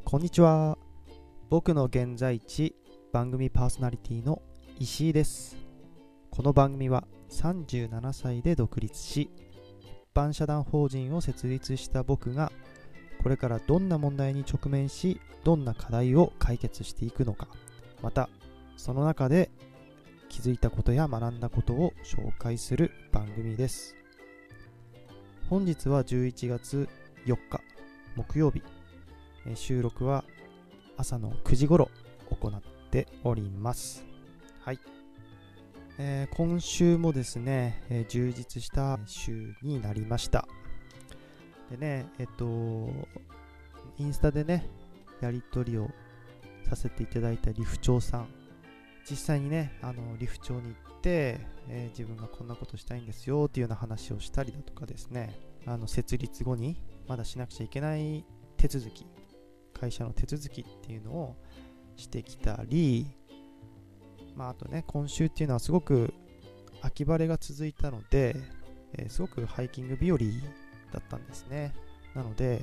こんにちは。僕の現在地番組パーソナリティの石井です。この番組は37歳で独立し、一般社団法人を設立した僕がこれからどんな問題に直面し、どんな課題を解決していくのか、またその中で気づいたことや学んだことを紹介する番組です。本日は11月4日木曜日、収録は朝の9時頃行っております。はい、今週もですね、充実した週になりました。でね、インスタでねやり取りをさせていただいたリフ長さん、実際にねリフ長に行って、自分がこんなことしたいんですよっていうような話をしたりだとかですね、設立後にまだしなくちゃいけない手続き、会社の手続きっていうのをしてきたり、あとね、今週っていうのはすごく秋晴れが続いたので、すごくハイキング日和だったんですね。なので、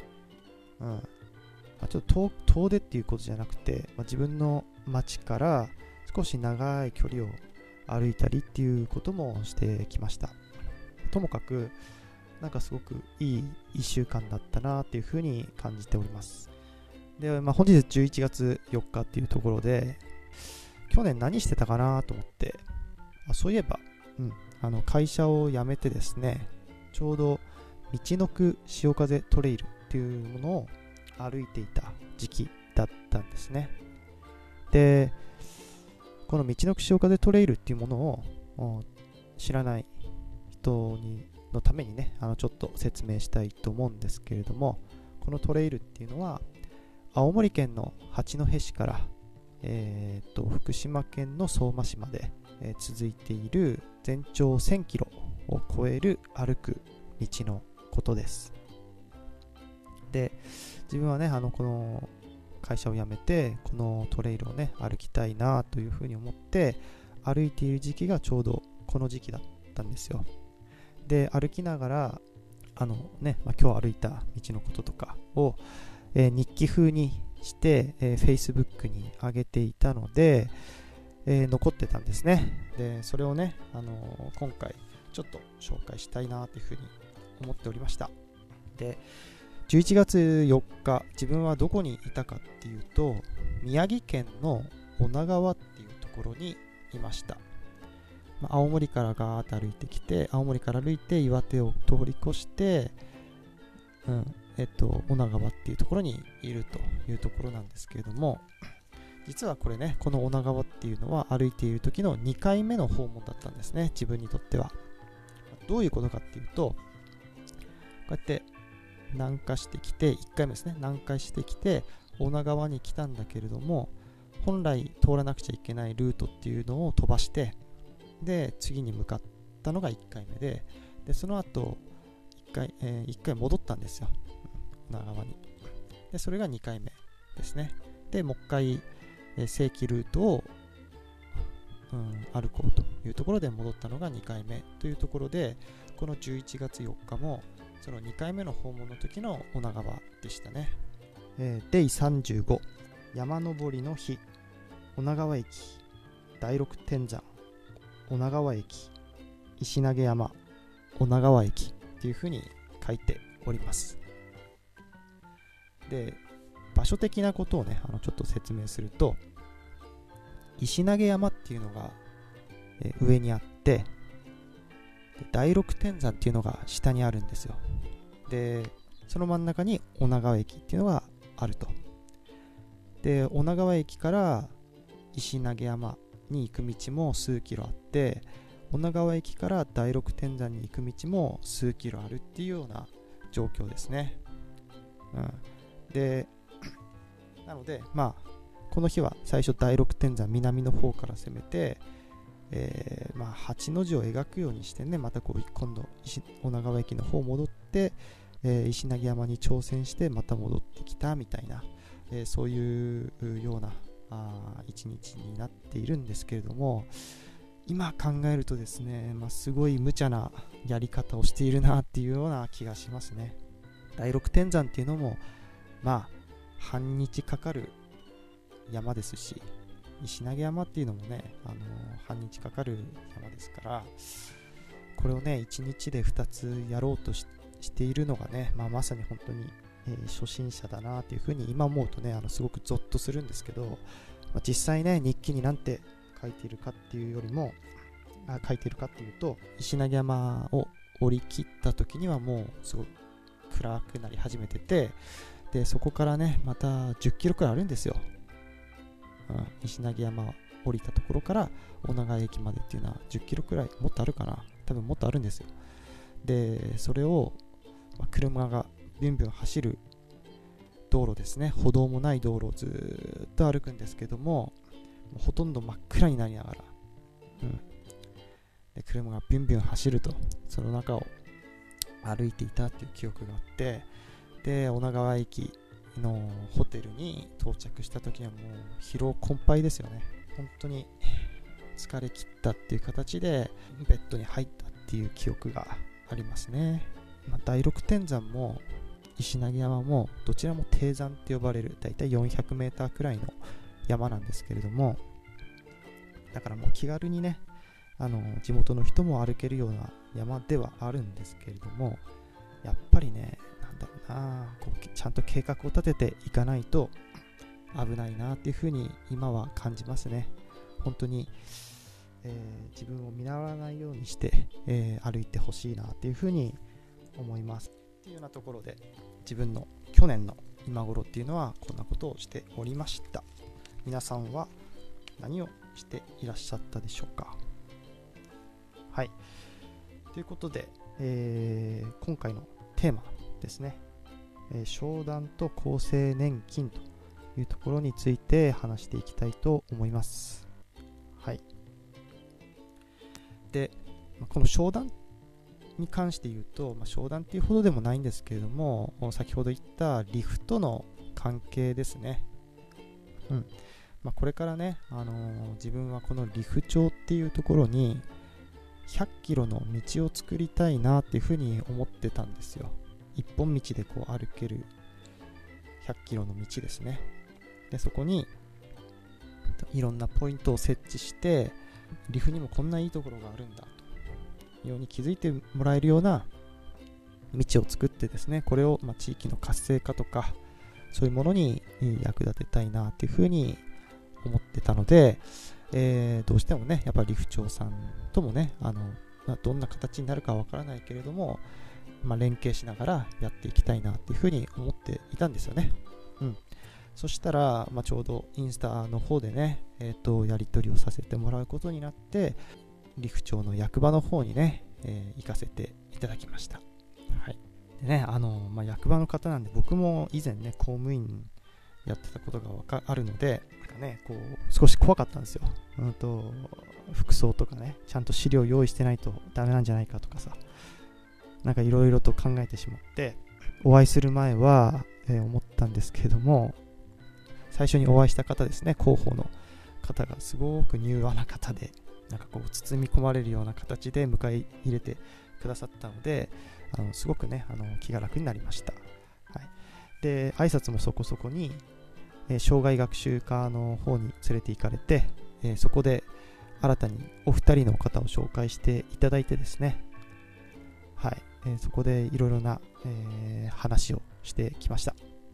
ちょっと遠出っていうことじゃなくて、自分の町から少し長い距離を歩いたりっていうこともしてきました。ともかくすごくいい1週間だったなっていうふうに感じております。で、本日11月4日っていうところで、去年何してたかなと思って、そういえば、会社を辞めてですね、ちょうど道のく潮風トレイルっていうものを歩いていた時期だったんですね。で、この道のく潮風トレイルっていうものを知らない人のためにね、ちょっと説明したいと思うんですけれども、このトレイルっていうのは青森県の八戸市から、福島県の相馬市まで、続いている全長1000キロを超える歩く道のことです。で、自分はねこの会社を辞めてこのトレイルをね歩きたいなというふうに思って歩いている時期がちょうどこの時期だったんですよ。で、歩きながら今日歩いた道のこととかを、日記風にして、Facebook に上げていたので、残ってたんですね。で、それをね、今回ちょっと紹介したいなというふうに思っておりました。で、11月4日、自分はどこにいたかっていうと、宮城県の女川っていうところにいました。青森からガーッと歩いてきて、青森から歩いて岩手を通り越して、女川っていうところにいるというところなんですけれども、実はこれね、この女川っていうのは歩いている時の2回目の訪問だったんですね、自分にとっては。どういうことかっていうと、こうやって南下してきて、1回目ですね、南下してきて女川に来たんだけれども、本来通らなくちゃいけないルートっていうのを飛ばして、で次に向かったのが1回目で、その後1回戻ったんですよ、女川に。で、それが2回目ですね。で、もう1回、正規ルートを、歩こうというところで戻ったのが2回目というところで、この11月4日もその2回目の訪問の時の女川でしたね。デイ35、山登りの日、女川駅、第六天山、女川駅、石投山、女川駅っていう風に書いております。で、場所的なことをねちょっと説明すると、石投山っていうのが、上にあって、第六天山っていうのが下にあるんですよ。で、その真ん中に女川駅っていうのがあると。で、女川駅から石投山に行く道も数キロあって、女川駅から第六天山に行く道も数キロあるっていうような状況ですね。で、なのでこの日は最初第六天山南の方から攻めて、8の字を描くようにしてね、また今度女川駅の方戻って、石投山に挑戦してまた戻ってきたみたいな、そういうような一日になっているんですけれども、今考えるとですね、すごい無茶なやり方をしているなっていうような気がしますね。第六天山っていうのも半日かかる山ですし、石投山っていうのもね、半日かかる山ですから、これをね1日で2つやろうとしているのがね、まさに本当に、初心者だなというふうに今思うとね、すごくゾッとするんですけど、実際ね日記になんて書いているかっていうよりも、書いているかっていうと、石投山を降り切った時にはもうすごく暗くなり始めてて、でそこからねまた10キロくらいあるんですよ。石投山を降りたところから小長駅までっていうのは10キロくらい、もっとあるかな、多分もっとあるんですよ。でそれを、車がビュンビュン走る道路ですね、歩道もない道路をずっと歩くんですけども、ほとんど真っ暗になりながら、で車がビュンビュン走ると、その中を歩いていたっていう記憶があって、で女川駅のホテルに到着した時にはもう疲労困憊ですよね。本当に疲れ切ったっていう形でベッドに入ったっていう記憶がありますね。第六天山も石投山もどちらも低山って呼ばれる、だいたい400メーターくらいの山なんですけれども、だからもう気軽にね地元の人も歩けるような山ではあるんですけれども、やっぱりねちゃんと計画を立てていかないと危ないなっていうふうに今は感じますね。本当に、自分を見習わないようにして、歩いてほしいなっていうふうに思います。っていうようなところで、自分の去年の今頃っていうのはこんなことをしておりました。皆さんは何をしていらっしゃったでしょうか。はい、ということで、今回のテーマですね、商談と厚生年金というところについて話していきたいと思います。はい。で、この商談に関して言うと、商談っていうほどでもないんですけれども、先ほど言ったリフとの関係ですね。これからね、自分はこのリフ町っていうところに100キロの道を作りたいなっていうふうに思ってたんですよ。一本道でこう歩ける100キロの道ですね。でそこにいろんなポイントを設置して、リフにもこんないいところがあるんだとように気づいてもらえるような道を作ってですね、これを地域の活性化とかそういうものに役立てたいなっていうふうに思ってたので、どうしてもねやっぱりリフ町さんともねどんな形になるかわからないけれども、連携しながらやっていきたいなっていうふうに思っていたんですよね。そしたら、ちょうどインスタの方でね、やり取りをさせてもらうことになって、リフ町の役場の方にね、行かせていただきました。はい。でね、役場の方なんで、僕も以前ね、公務員やってたことがあるので、こう少し怖かったんですよ。服装とかね、ちゃんと資料用意してないとダメなんじゃないかとかさ、いろいろと考えてしまって、お会いする前は、思ったんですけれども、最初にお会いした方ですね、広報の方がすごく柔和な方で、こう包み込まれるような形で迎え入れてくださったので、すごくね気が楽になりました。はい、で挨拶もそこそこに、障害学習課の方に連れて行かれて、そこで新たにお二人の方を紹介していただいてですね、はい、そこでいろいろな、話をしてきました。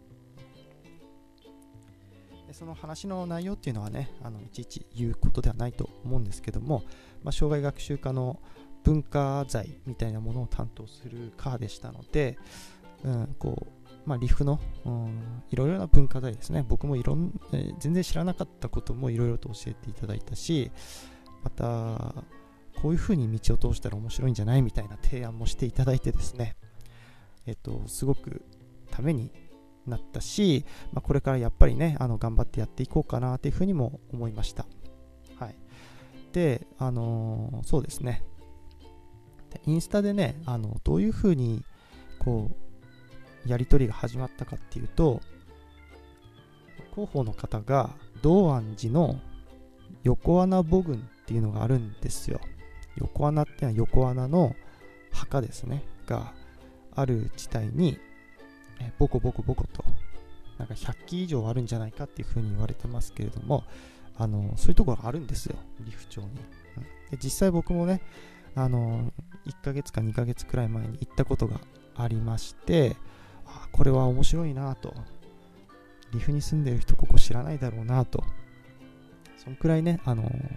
その話の内容っていうのはねいちいち言うことではないと思うんですけども、障害学習課の文化財みたいなものを担当する課でしたので、リフの、いろいろな文化財ですね、僕も全然知らなかったこともいろいろと教えていただいたし、またこういう風に道を通したら面白いんじゃないみたいな提案もしていただいてですね、すごくためになったし、これからやっぱりね頑張ってやっていこうかなというふうにも思いました。はい。でそうですね、インスタでねどういうふうにこうやり取りが始まったかっていうと、広報の方が道安寺の横穴墓群っていうのがあるんですよ。横穴っていうのは横穴の墓ですねがある地帯にボコボコとなんか100基以上あるんじゃないかっていうふうに言われてますけれども、そういうところがあるんですよ、利府町に。で実際僕もね、1ヶ月か2ヶ月くらい前に行ったことがありまして、これは面白いなと、利府に住んでる人ここ知らないだろうなと、そんくらいね、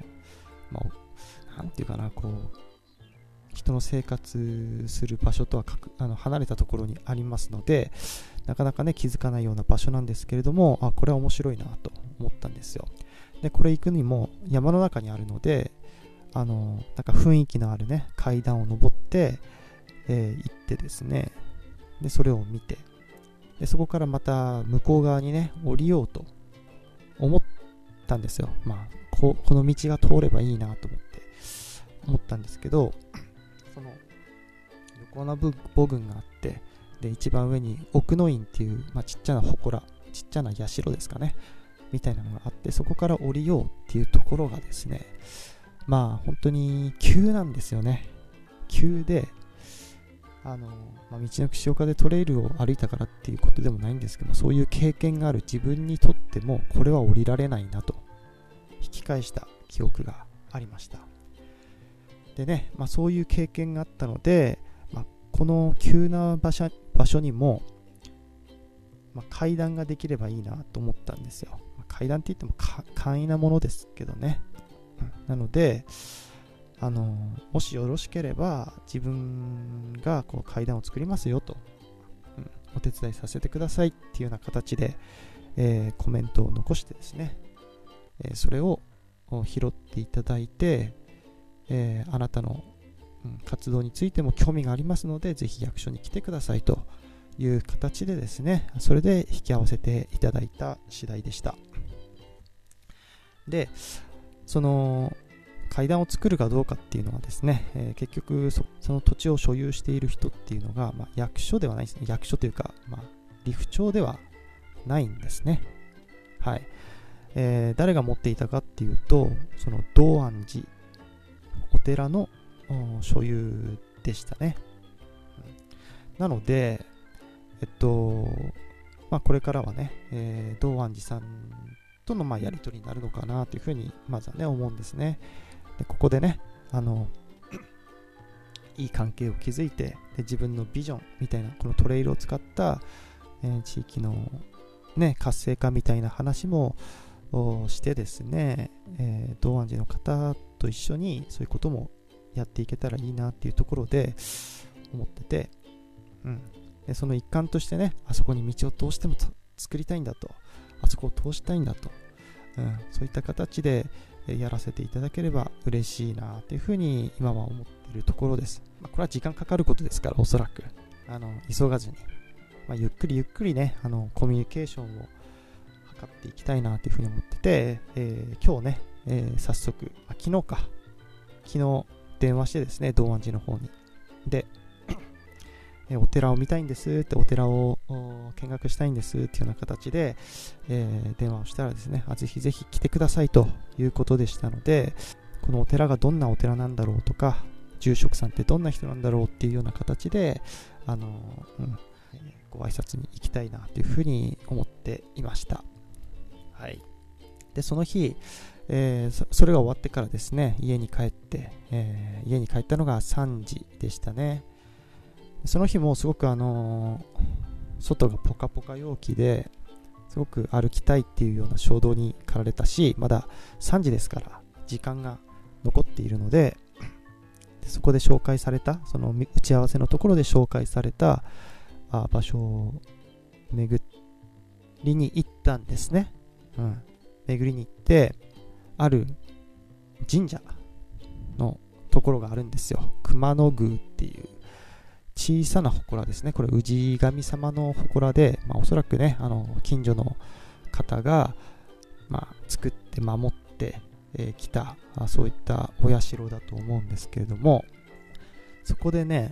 なんていうかな、こう人の生活する場所とは離れたところにありますので、なかなかね気づかないような場所なんですけれども、これは面白いなと思ったんですよ。でこれ行くにも山の中にあるので、なんか雰囲気のあるね階段を登って、行ってですね、でそれを見て、でそこからまた向こう側にね降りようと思ったんですよ。この道が通ればいいなと思ったんですけど、その横穴母群があって、で一番上に奥の院っていう、ちっちゃな祠、ちっちゃな社ですかねみたいなのがあって、そこから降りようっていうところがですね、本当に急なんですよね。急で、道のくし岡でトレイルを歩いたからっていうことでもないんですけど、そういう経験がある自分にとってもこれは降りられないなと引き返した記憶がありました。でね、そういう経験があったので、この急な場所にも、階段ができればいいなと思ったんですよ。階段って言っても簡易なものですけどね。なので、もしよろしければ自分がこう階段を作りますよと、お手伝いさせてくださいっていうような形で、コメントを残してですね、それを拾っていただいて、あなたの、活動についても興味がありますので、ぜひ役所に来てくださいという形でですね、それで引き合わせていただいた次第でした。で、その階段を作るかどうかっていうのはですね、結局その土地を所有している人っていうのが、役所ではないですね。役所というか、利府町ではないんですね。はい。誰が持っていたかっていうと、その道安寺お寺の所有でしたね。なので、これからはね、道安寺さんとのやり取りになるのかなというふうにまずはね思うんですね。でここでね、いい関係を築いて、で自分のビジョンみたいなこのトレイルを使った、地域のね活性化みたいな話もしてですね、道安寺の方と一緒にそういうこともやっていけたらいいなっていうところで思ってて、でその一環としてね、あそこに道を通しても作りたいんだと、あそこを通したいんだと、そういった形でやらせていただければ嬉しいなというふうに今は思っているところです。これは時間かかることですから、おそらく急がずに、ゆっくりゆっくりねコミュニケーションを図っていきたいなというふうに思ってて、今日ね、早速昨日電話してですね、道安寺の方にでお寺を見たいんですって、お寺を見学したいんですっていうような形で、電話をしたらですね、ぜひぜひ来てくださいということでしたので、このお寺がどんなお寺なんだろうとか、住職さんってどんな人なんだろうっていうような形でご挨拶に行きたいなというふうに思っていました。はい。でその日、それが終わってからですね、家に帰ったのが3時でしたね。その日もすごく外がポカポカ陽気ですごく歩きたいっていうような衝動に駆られたし、まだ3時ですから時間が残っているので、そこで紹介された、その打ち合わせのところで紹介された場所を巡りに行ったんですね。巡りに行って、ある神社のところがあるんですよ。熊野宮っていう小さな祠ですね。これ氏神様の祠で、おそらくね近所の方が、作って守ってきた、そういったお社だと思うんですけれども、そこでね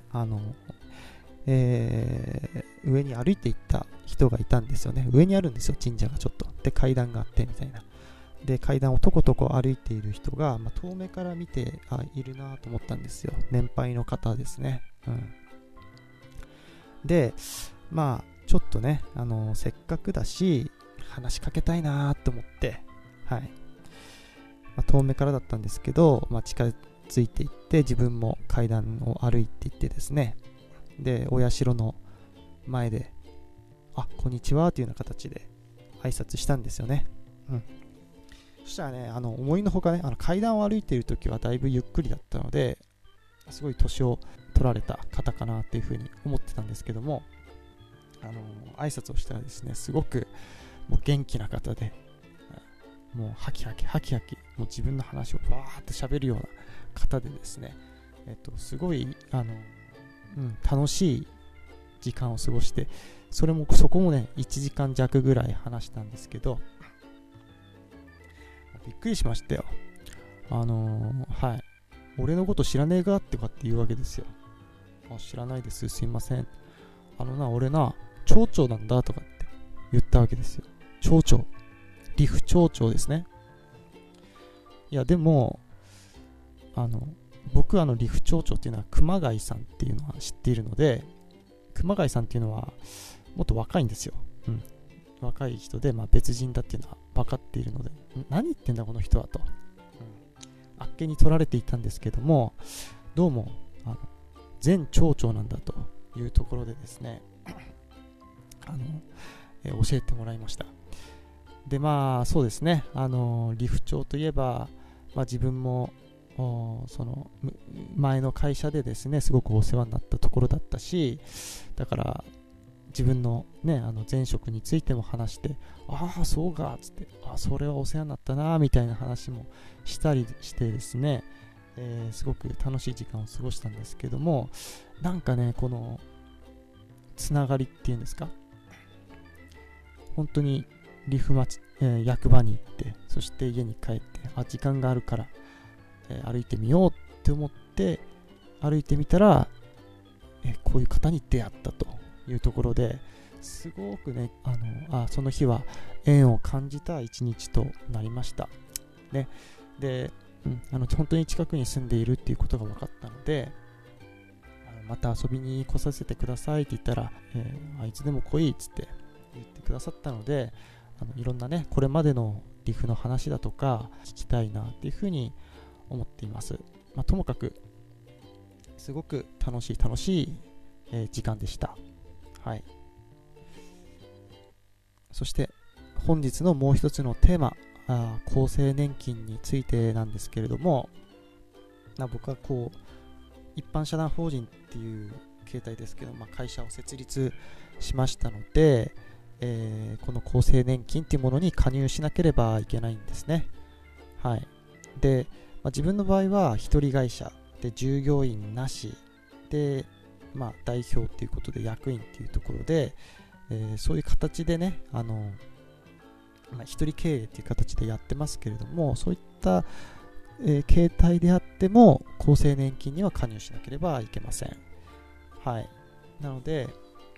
上に歩いていった人がいたんですよね。上にあるんですよ、神社がちょっと。で階段があってみたいな。で階段をとことこ歩いている人が、遠目から見ているなと思ったんですよ。年配の方ですね。でちょっとね、せっかくだし話しかけたいなと思って、はい、遠目からだったんですけど、近づいていって、自分も階段を歩いていってですね、でお社の前でこんにちはというような形で挨拶したんですよね。そしたらね、思いのほかね、階段を歩いている時はだいぶゆっくりだったので、すごい年を取られた方かなっていうふうに思ってたんですけども、挨拶をしたらですね、すごくもう元気な方で、もうハキハキもう自分の話をバーって喋るような方でですね、すごい楽しい時間を過ごして、そこもね1時間弱ぐらい話したんですけど、びっくりしましたよ。俺のこと知らねえかって言うわけですよ。知らないです、すいません。俺町長なんだとかって言ったわけですよ。町長、利府町長ですね。いやでも僕利府町長っていうのは熊谷さんっていうのは知っているので、熊谷さんっていうのはもっと若いんですよ。若い人で、別人だっていうのは分かっているので、何言ってんだこの人はと、あっけに取られていたんですけども、どうも前町長なんだというところでですね、教えてもらいました。でそうですね、利府町といえば、自分もその前の会社でですね、すごくお世話になったところだったし、だから自分のね、前職についても話して、そうかっつって、それはお世話になったなみたいな話もしたりしてですね、すごく楽しい時間を過ごしたんですけども、なんかね、このつながりっていうんですか、本当に利府町、役場に行って、そして家に帰って、時間があるから、歩いてみようって思って歩いてみたら、こういう方に出会ったというところで、すごくね、その日は縁を感じた一日となりました、ね。で、本当に近くに住んでいるっていうことが分かったので、また遊びに来させてくださいって言ったら、いつでも来いっつって言ってくださったので、いろんなね、これまでの利府の話だとか聞きたいなっていうふうに思っています。ともかくすごく楽しい、時間でした。はい。そして本日のもう一つのテーマ、厚生年金についてなんですけれども、僕は一般社団法人っていう形態ですけど、会社を設立しましたので、この厚生年金っていうものに加入しなければいけないんですね。はい。で、自分の場合は一人会社で従業員なしで、代表っていうことで役員っていうところで、そういう形でね、一人経営っていう形でやってますけれども、そういった、形態であっても厚生年金には加入しなければいけません。はい。なので、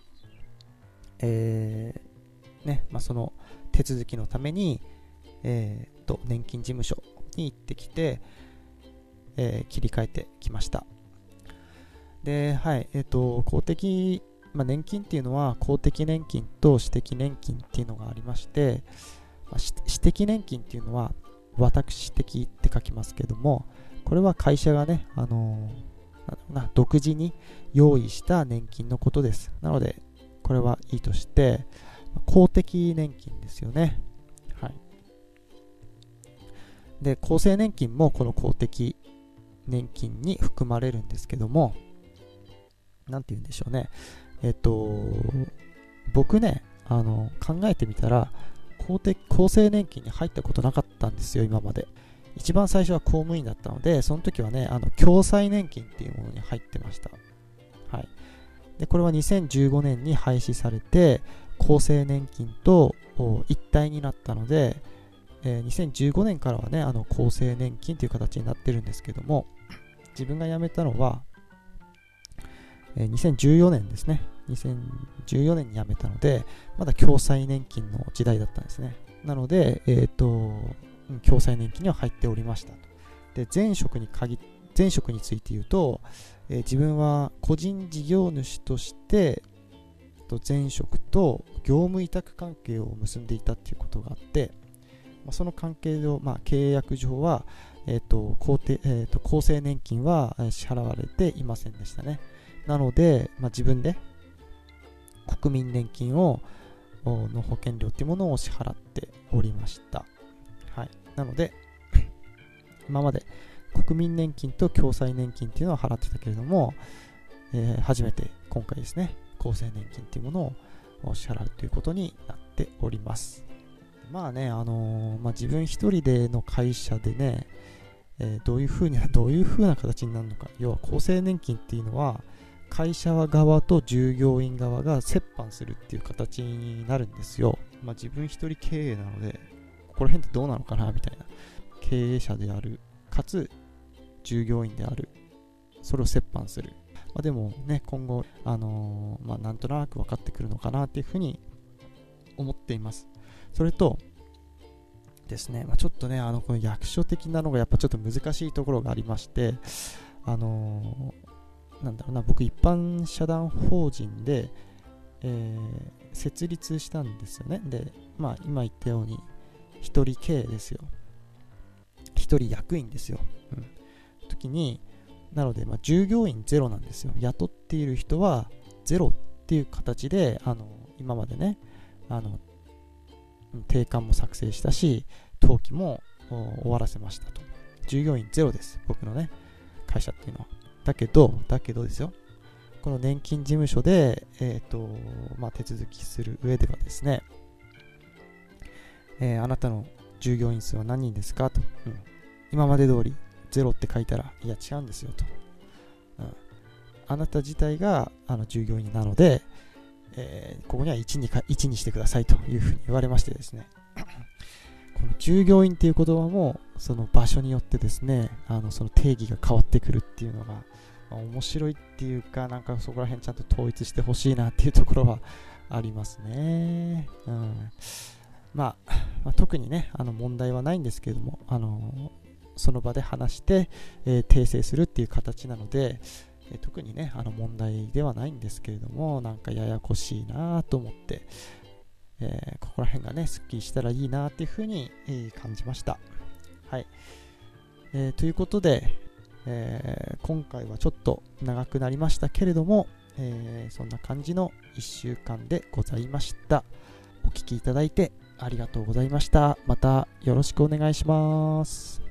その手続きのために、年金事務所に行ってきて、切り替えてきました。で、はい、公的、年金っていうのは公的年金と私的年金っていうのがありまして、私的年金っていうのは私的って書きますけども、これは会社がね、独自に用意した年金のことです。なのでこれはいいとして、公的年金ですよね。はい。で、厚生年金もこの公的年金に含まれるんですけども、なんて言うんでしょうね。僕ね、考えてみたら、厚生年金に入ったことなかったんですよ、今まで。一番最初は公務員だったので、その時はね、共済年金っていうものに入ってました。はい。で、これは2015年に廃止されて、厚生年金と一体になったので、2015年からはね、厚生年金という形になってるんですけども、自分が辞めたのは、2014年ですね。2014年に辞めたので、まだ共済年金の時代だったんですね。なので、共済年金には入っておりましたと。で、前職について言うと、自分は個人事業主として、 前職と業務委託関係を結んでいたっていうことがあって、その関係上、契約上は、厚生年金は支払われていませんでしたね。なので、自分で国民年金の保険料っていうものを支払っておりました。はい。なので、今まで国民年金と共済年金っていうのは払ってたけれども、初めて今回ですね、厚生年金っていうものを支払うということになっております。自分一人での会社でね、どういうふうな形になるのか。要は厚生年金っていうのは会社側と従業員側が折半するっていう形になるんですよ。自分一人経営なので、ここら辺ってどうなのかなみたいな。経営者である、かつ従業員である、それを折半する。でもね、今後、なんとなく分かってくるのかなっていうふうに思っています。それとですね、ちょっとね、この役所的なのがやっぱちょっと難しいところがありまして、僕一般社団法人で、設立したんですよね。で、今言ったように一人経営ですよ。一人役員ですよ。時になので、従業員ゼロなんですよ。雇っている人はゼロっていう形で今までね定款も作成したし登記も終わらせましたと。従業員ゼロです、僕のね会社っていうのは。だけどですよ、この年金事務所で、手続きする上ではですね、あなたの従業員数は何人ですかと、今まで通りゼロって書いたら、いや違うんですよと、あなた自体が従業員なので、ここには1にしてくださいというふうに言われましてですねこの従業員っていう言葉もその場所によってですねその定義が変わってくるっていうのが、面白いっていうか、なんかそこら辺ちゃんと統一してほしいなっていうところはありますね。特にね問題はないんですけれども、その場で話して、訂正するっていう形なので、特にね問題ではないんですけれども、なんかややこしいなと思って、ここら辺がねすっきりしたらいいなっていうふうに、感じました。はい、ということで、今回はちょっと長くなりましたけれども、そんな感じの1週間でございました。お聞きいただいてありがとうございました。またよろしくお願いします。